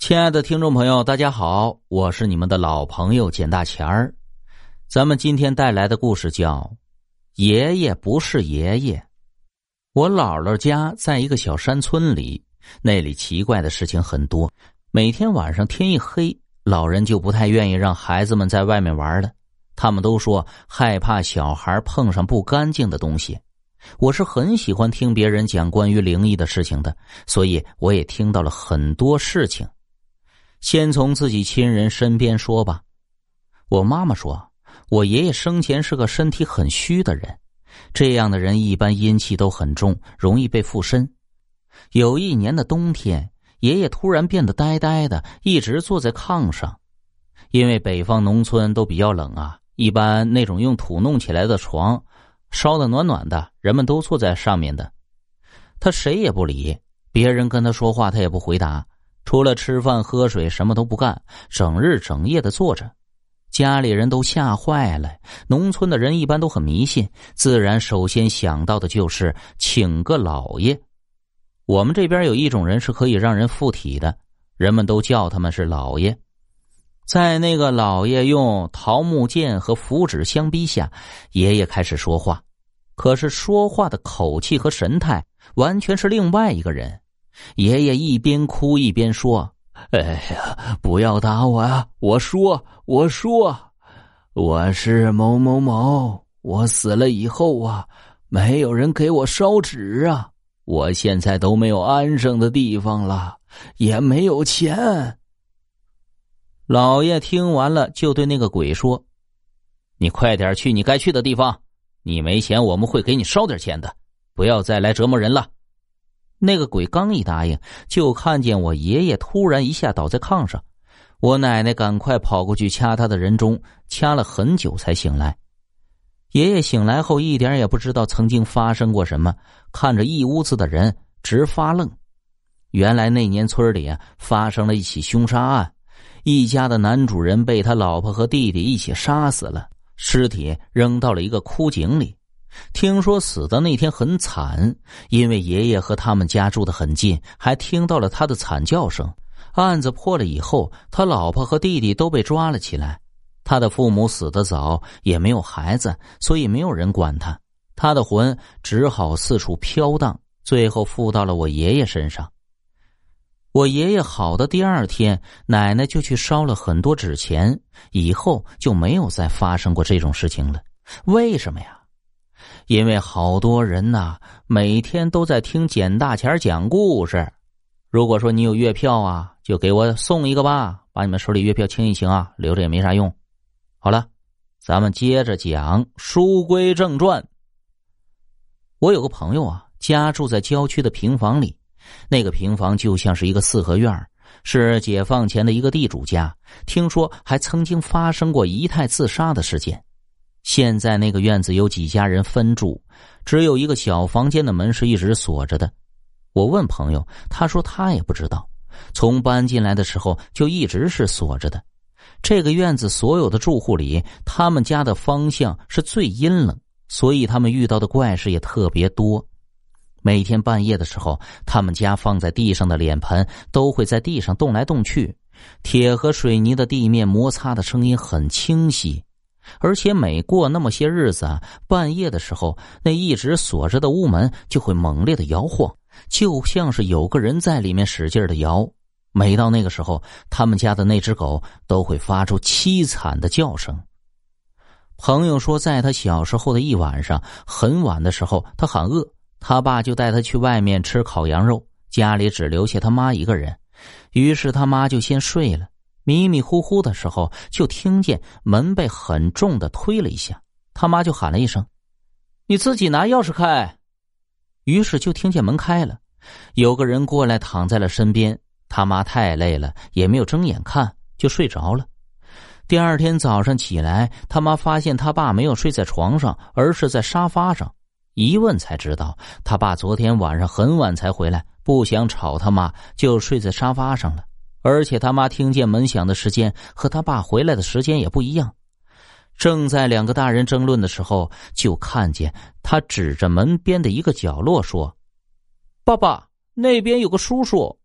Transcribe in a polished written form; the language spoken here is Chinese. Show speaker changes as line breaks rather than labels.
亲爱的听众朋友，大家好，我是你们的老朋友简大钱儿。咱们今天带来的故事叫爷爷不是爷爷。我姥姥家在一个小山村里，那里奇怪的事情很多。每天晚上天一黑，老人就不太愿意让孩子们在外面玩了，他们都说害怕小孩碰上不干净的东西。我是很喜欢听别人讲关于灵异的事情的，所以我也听到了很多事情。先从自己亲人身边说吧。我妈妈说，我爷爷生前是个身体很虚的人，这样的人一般阴气都很重，容易被附身。有一年的冬天，爷爷突然变得呆呆的，一直坐在炕上。因为北方农村都比较冷啊，一般那种用土弄起来的床烧得暖暖的，人们都坐在上面的。他谁也不理，别人跟他说话他也不回答，除了吃饭喝水什么都不干，整日整夜的坐着。家里人都吓坏了，农村的人一般都很迷信，自然首先想到的就是请个老爷。我们这边有一种人是可以让人附体的，人们都叫他们是老爷。在那个老爷用桃木剑和符纸相逼下，爷爷开始说话，可是说话的口气和神态完全是另外一个人。爷爷一边哭一边说，哎呀，不要打我啊！我说，我是某某某，我死了以后啊，没有人给我烧纸啊，我现在都没有安生的地方了，也没有钱。老爷听完了，就对那个鬼说，你快点去你该去的地方，你没钱我们会给你烧点钱的，不要再来折磨人了。那个鬼刚一答应，就看见我爷爷突然一下倒在炕上，我奶奶赶快跑过去掐他的人中，掐了很久才醒来。爷爷醒来后一点也不知道曾经发生过什么，看着一屋子的人直发愣。原来那年村里发生了一起凶杀案，一家的男主人被他老婆和弟弟一起杀死了，尸体扔到了一个枯井里。听说死的那天很惨，因为爷爷和他们家住得很近，还听到了他的惨叫声。案子破了以后，他老婆和弟弟都被抓了起来。他的父母死得早，也没有孩子，所以没有人管他，他的魂只好四处飘荡，最后附到了我爷爷身上。我爷爷好的第二天，奶奶就去烧了很多纸钱，以后就没有再发生过这种事情了。为什么呀？因为好多人每天都在听简大钱讲故事。如果说你有月票啊，就给我送一个吧，把你们手里月票清一清啊，留着也没啥用。好了，咱们接着讲，书归正传。我有个朋友家住在郊区的平房里，那个平房就像是一个四合院，是解放前的一个地主家，听说还曾经发生过姨太自杀的事件。现在那个院子有几家人分住，只有一个小房间的门是一直锁着的。我问朋友，他说他也不知道，从搬进来的时候就一直是锁着的。这个院子所有的住户里，他们家的方向是最阴冷，所以他们遇到的怪事也特别多。每天半夜的时候，他们家放在地上的脸盆都会在地上动来动去，铁和水泥的地面摩擦的声音很清晰。而且每过那么些日子半夜的时候，那一直锁着的屋门就会猛烈的摇晃，就像是有个人在里面使劲的摇。每到那个时候，他们家的那只狗都会发出凄惨的叫声。朋友说，在他小时候的一晚上，很晚的时候他喊饿，他爸就带他去外面吃烤羊肉，家里只留下他妈一个人，于是他妈就先睡了。迷迷糊糊的时候，就听见门被很重的推了一下，他妈就喊了一声，你自己拿钥匙开。于是就听见门开了，有个人过来躺在了身边，他妈太累了，也没有睁眼看，就睡着了。第二天早上起来，他妈发现他爸没有睡在床上，而是在沙发上。一问才知道，他爸昨天晚上很晚才回来，不想吵他妈，就睡在沙发上了。而且他妈听见门响的时间和他爸回来的时间也不一样。正在两个大人争论的时候，就看见他指着门边的一个角落说，爸爸，那边有个叔叔。